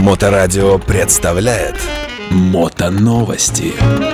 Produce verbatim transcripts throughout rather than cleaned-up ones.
Моторадио представляет Мотоновости.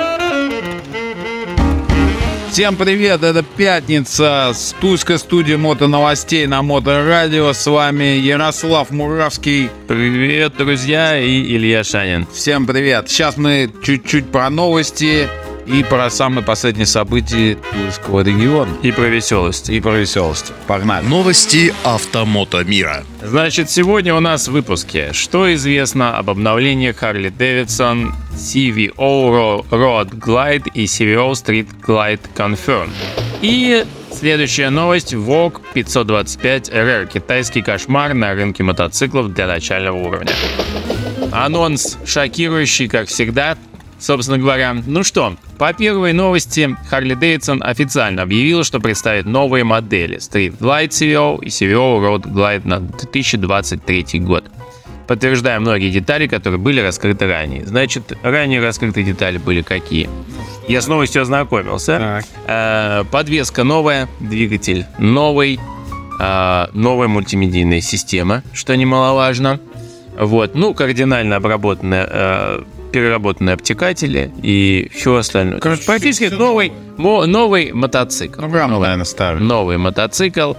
Всем привет, это пятница, Тульская студия мотоновостей на Моторадио. С вами Ярослав Муравский. Привет, друзья, и Илья Шанин. Всем привет. Сейчас мы чуть-чуть про новости и про самые последние события Тульского региона. И про веселость. И про веселость. Погнали. Новости автомото мира. Значит, сегодня у нас в выпуске: что известно об обновлениях Harley-Davidson си ви о Road Glide и си ви о Street Glide Confirmed. И следующая новость: вог пятьсот двадцать пять эр эр, китайский кошмар на рынке мотоциклов для начального уровня. Анонс шокирующий, как всегда. Собственно говоря, ну что, по первой новости, Harley-Davidson официально объявила, что представит новые модели Street Glide си ви о и си ви о Road Glide на две тысячи двадцать третий год, подтверждая многие детали, которые были раскрыты ранее. Значит, ранее раскрытые детали были какие? Я с новостью ознакомился. Э, подвеска новая, двигатель новый, э, новая мультимедийная система, что немаловажно. Вот, ну, кардинально обработанная, э, переработанные обтекатели и все остальное. Короче, практически новый, мо, новый мотоцикл. Ну, прям, наверное, ставим. Новый мотоцикл.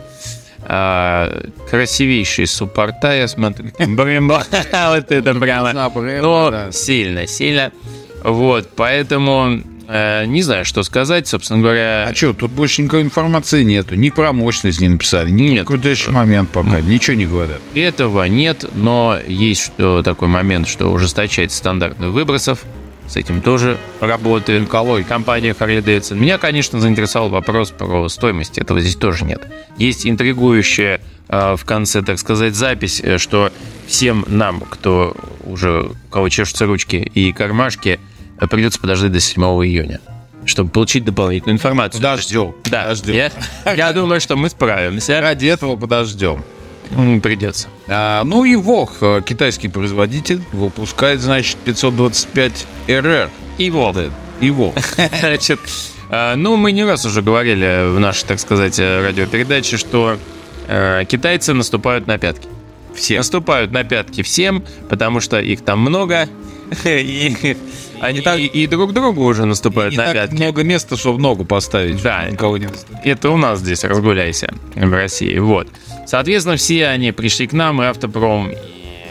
А, красивейший суппорта, я смотрю. Брембо. Вот это прямо. Ну, сильно, сильно. Вот, поэтому э, не знаю, что сказать, собственно говоря. А что, тут больше никакой информации нету. Ни про мощность не написали, ни Нет. крутейший момент пока, ничего не говорят. Этого нет, но есть что, такой момент, что ужесточать стандарты выбросов. С этим тоже работает компания Harley-Davidson. Меня, конечно, заинтересовал вопрос про стоимость. Этого здесь тоже нет. Есть интригующая э, в конце, так сказать, запись, что всем нам, кто уже, у кого чешутся ручки и кармашки, придется подождать до седьмого июня, чтобы получить дополнительную информацию. Подождем. Да, подождем. Я, я думаю, что мы справимся. Ради этого подождем. Придется. А, ну и вог, китайский производитель, выпускает, значит, пятьсот двадцать пять эр эр. И вог. И вог. Значит, ну, мы не раз уже говорили в нашей, так сказать, радиопередаче, что э, китайцы наступают на пятки. Все. Наступают на пятки всем, потому что их там много, и они там и, и друг другу уже наступают и на так пятки. Много места, чтобы ногу поставить. Да, никого не наступит. Это у нас здесь разгуляйся в России. Вот. Соответственно, все они пришли к нам, и Автопром, и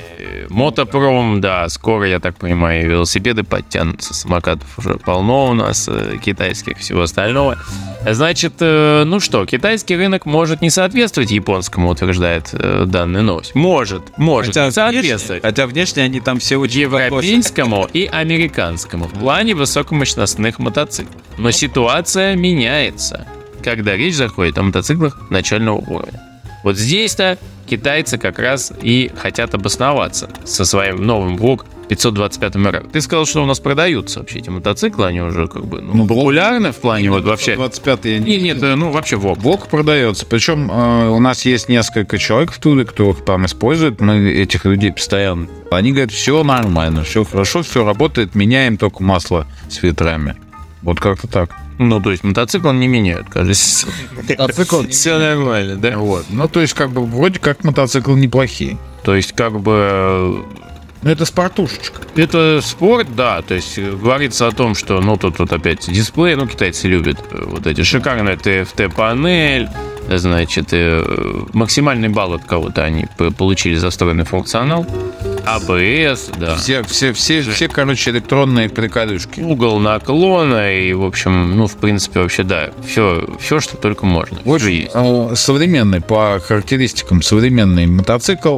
Мотопром, да, скоро, я так понимаю, велосипеды подтянутся, самокатов уже полно у нас, китайских, всего остального. Значит, ну что, китайский рынок может не соответствовать японскому, утверждает данная новость. Может, может Хотя соответствовать. Внешне, хотя внешне они там все очень европейскому и американскому в плане высокомощностных мотоциклов. Но ситуация меняется, когда речь заходит о мотоциклах начального уровня. Вот здесь-то китайцы как раз и хотят обосноваться со своим новым вог пятьсот двадцать пять эр эр. Ты сказал, что у нас продаются вообще эти мотоциклы, они уже как бы ну, ну, популярны в плане вот вообще. двадцать пятый Нет, нет, ну вообще вог. Вог продается. Причем э, у нас есть несколько человек в Туле, кто их там использует. Мы этих людей постоянно. Они говорят, все нормально, все хорошо, все работает, меняем только масло с фильтрами. Вот как-то так. Ну, то есть мотоцикл не меняют, кажется. Мотоцикл все нормально, да? Вот. Ну, то есть, как бы, вроде как мотоцикл неплохие. То есть, как бы... Ну, это спортушечка. Это спорт, да, то есть говорится о том, что, ну, тут вот опять дисплей, ну, китайцы любят вот эти шикарные ти эф ти-панель, значит, максимальный балл от кого-то они получили за встроенный функционал, а бэ эс, да. Все, все, все, все, короче, электронные приколюшки. Угол наклона и, в общем, ну, в принципе, вообще, да, все, все что только можно. Вот э, современный, по характеристикам, современный мотоцикл.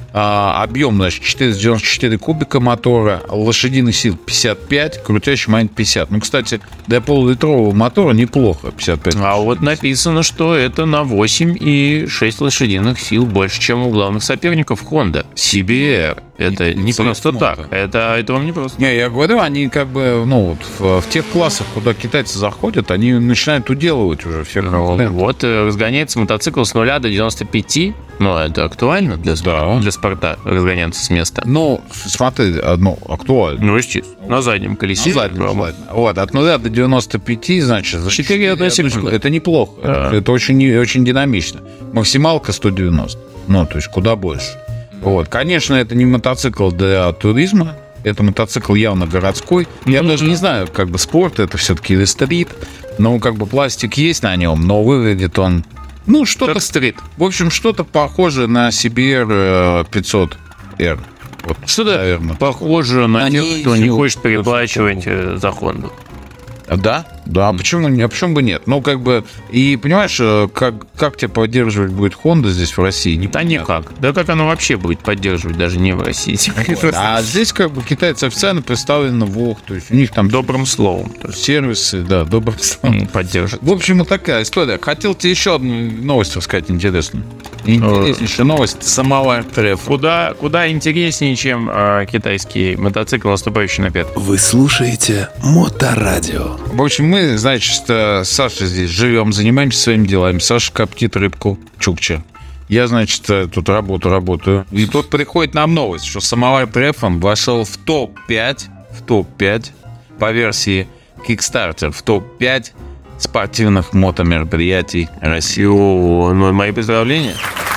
А, объем, значит, четыреста девяносто четыре кубика мотора, лошадиных сил пятьдесят пять, крутящий момент пятьдесят. Ну, кстати, для полулитрового мотора неплохо пятьдесят пять. А вот написано, что это на восемь и шесть лошадиных сил больше, чем у главных соперников Honda. си би эр. Это не, не просто так. Это, это вам не просто. Не, я говорю, они как бы, ну, вот в, в тех классах, куда китайцы заходят, они начинают уделывать уже все. Ну, вот разгоняется мотоцикл с нуля до девяноста пяти. Ну, это актуально для, да. для спорта, разгоняться с места. Ну, смотри, ну, актуально. Ну, естественно, на заднем колесе. На заднем, ладно. Вот, от нуля до девяноста пяти, значит, за четыре секунды. Это неплохо. Да. Это очень, очень динамично. Максималка сто девяносто. Ну, то есть, куда больше. Вот. Конечно, это не мотоцикл для туризма, это мотоцикл явно городской. Я даже не знаю, как бы спорт, это все-таки или стрит, но как бы пластик есть на нем, но выглядит он, ну, что-то... Как стрит. В общем, что-то похожее на си би ар пятьсот эр. Вот, Что-то наверное. похоже на Они тех, кто не еще- хочет переплачивать э, за Хонду. Да, да, почему, не- а почему бы нет? Ну, как бы, и понимаешь, э, как, как тебя поддерживать будет Honda здесь в России? Не Да никак. Да как оно вообще будет поддерживать, даже не в России. А здесь как бы китайцы официально представлены в ОХ, то есть у них там Добрым словом. То есть, сервисы, да, добрым словом. м, поддержит. В общем, вот такая история. Хотел тебе еще одну новость рассказать интересную. Интереснейшая новость. Самовар треф. Куда, куда интереснее, чем э, китайский мотоцикл, наступающий на пятку. Вы слушаете Моторадио. В общем, мы, значит, э, с Сашей здесь живем, занимаемся своими делами. Саша коптит рыбку чукча. Я, значит, э, тут работаю, работаю. И тут приходит нам новость, что самовар Трефон вошел в топ пять, в топ пять по версии Kickstarter, в топ пять спортивных мотомероприятий России. О, ну, мои поздравления.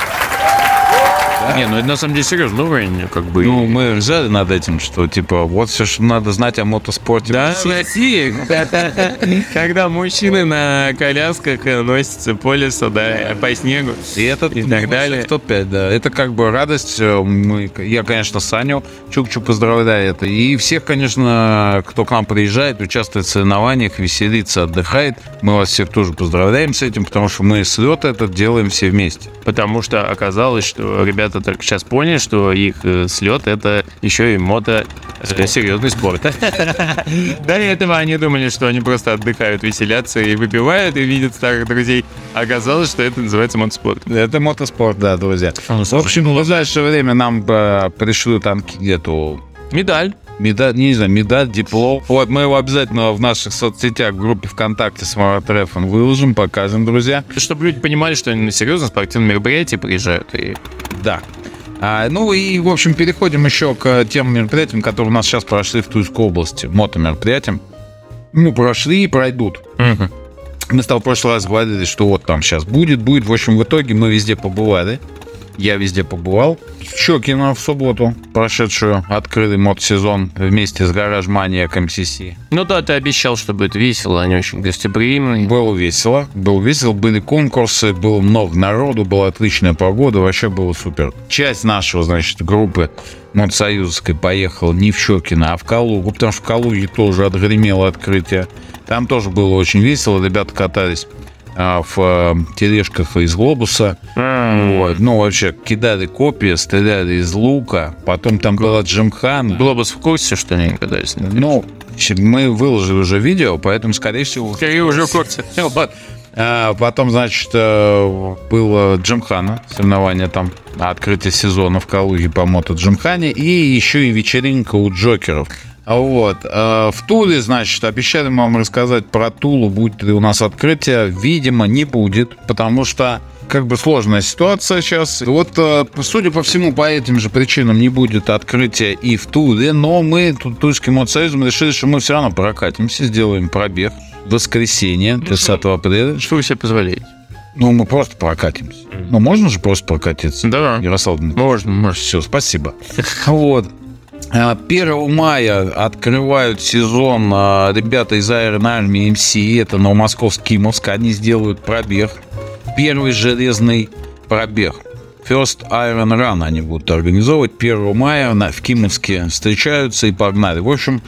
Не, ну это на самом деле серьезный уровень, как бы. Ну, мы ржали над этим, что, типа, вот все, что надо знать о мотоспорте. Да, в России, когда мужчины на колясках носятся по лесу, да, по снегу. И этот И так далее. в топ пять, да. Это как бы радость. Мы, я, конечно, Саню Чукчу поздравляю это. И всех, конечно, кто к нам приезжает, участвует в соревнованиях, веселится, отдыхает. Мы вас всех тоже поздравляем с этим, потому что мы слет этот делаем все вместе. Потому что оказалось, что ребята только сейчас поняли, что их э, слет это еще и мото э, серьезный спорт. До этого они думали, что они просто отдыхают, веселятся и выпивают, и видят старых друзей. Оказалось, что это называется мотоспорт. Это мотоспорт, да, друзья. В общем, в ближайшее время нам э, пришлют танки где-то Медаль. медаль, не знаю, медаль, диплом. Вот мы его обязательно в наших соцсетях, в группе ВКонтакте с Моторефон выложим, покажем, друзья. Чтобы люди понимали, что они на серьезном спортивном мероприятии приезжают. И... Да. А, ну и, в общем, переходим еще к тем мероприятиям, которые у нас сейчас прошли в Тульской области. Мотомероприятиям. Ну, прошли и пройдут. Мгм. Мы с тобой в прошлый раз говорили, что вот там сейчас будет, будет. В общем, в итоге мы везде побывали. Я везде побывал. В Щекино в субботу прошедшую открытый мотосезон вместе с Гараж Маниак эм си си. Ну да, ты обещал, что будет весело, они очень гостеприимные. Было весело, было весело, были конкурсы, было много народу, была отличная погода, вообще было супер. Часть нашего, значит, группы мотосоюзской поехала не в Щекино, а в Калугу, потому что в Калуге тоже отгремело открытие. Там тоже было очень весело, ребята катались а, в а, тележках из глобуса. Вот. Ну, вообще, кидали копья, стреляли из лука, потом там была джимхана. Глобус в курсе, что они катались? Ну, мы выложили уже видео, поэтому, скорее всего... Скорее уже в курсе. Вот. А потом, значит, э, было джимхана, соревнование там, открытие сезона в Калуге по мото-джимхане, и еще и вечеринка у джокеров. А Вот. А в Туле, значит, обещали вам рассказать про Тулу, будет ли у нас открытие. Видимо, не будет, потому что как бы сложная ситуация сейчас. Вот, судя по всему, по этим же причинам не будет открытия и в Туле, но мы, тут Тульский мотосоюз, решили, что мы все равно прокатимся, сделаем пробег в воскресенье, тридцатого апреля. Что вы себе позволяете? Ну, мы просто прокатимся. Ну, можно же просто прокатиться? Да. Ярослав Дмитриевич. Можно, можно. Все, спасибо. Вот. первого мая открывают сезон ребята из Iron Army эм си, это Новомосковск, Кимовск, они сделают пробег. Первый железный пробег. First Iron Run они будут организовывать первого мая в Кимовске, встречаются и погнали. В общем,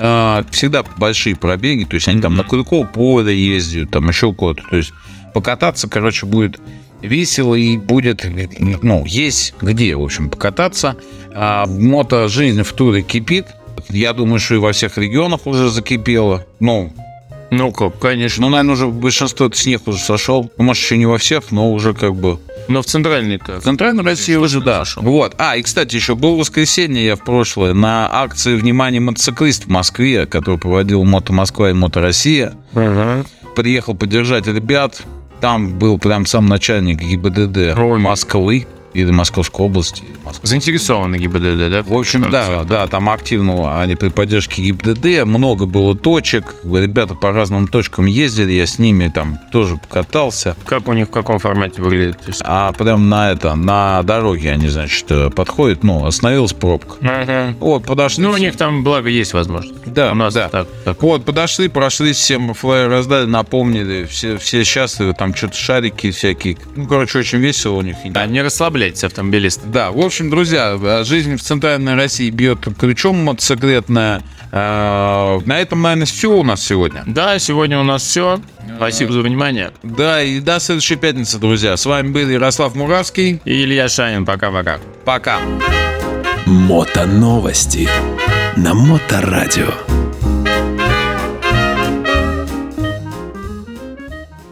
всегда большие пробеги, то есть они там на Куликово поле ездят, там еще куда-то. То есть покататься, короче, будет весело и будет, ну, есть где, в общем, покататься. А мото-жизнь в Туле кипит. Я думаю, что и во всех регионах уже закипело. Ну, Ну как, конечно. ну, наверное, уже большинство снег уже сошел. Ну, может, еще не во всех, но уже как бы... Но в центральной-то. В Центральной России уже, да. Вот. А, и, кстати, еще был воскресенье я в прошлое на акции «Внимание мотоциклист» в Москве, которую проводил Мото Москва и Мото Россия. Ага. Приехал поддержать ребят. Там был прям сам начальник ГИБДД Ой. Москвы. и Московской области. Москвы. Заинтересованы ГИБДД, да? В общем, да, да, там активно они при поддержке ГИБДД, много было точек, ребята по разным точкам ездили, я с ними там тоже покатался. Как у них, в каком формате выглядит? А прям на это, на дороге они, значит, подходят, ну, остановилась пробка. Ага. Вот, подошли. Ну, у них там, благо, есть возможность. Да, у нас да. Так, так. Вот, подошли, прошли, всем флайер раздали, напомнили, все, все счастливы, там что-то шарики всякие. Ну, короче, очень весело у них. Да, не расслабляйтесь, автомобилисты. Да, в общем, друзья, жизнь в центральной России бьет ключом мотоциклетная. На этом, наверное, все у нас сегодня. Да, сегодня у нас все. Спасибо за внимание. Да, и до следующей пятницы, друзья. С вами был Ярослав Муравский И Илья Шанин. Пока-пока. Пока. Мотоновости на Моторадио.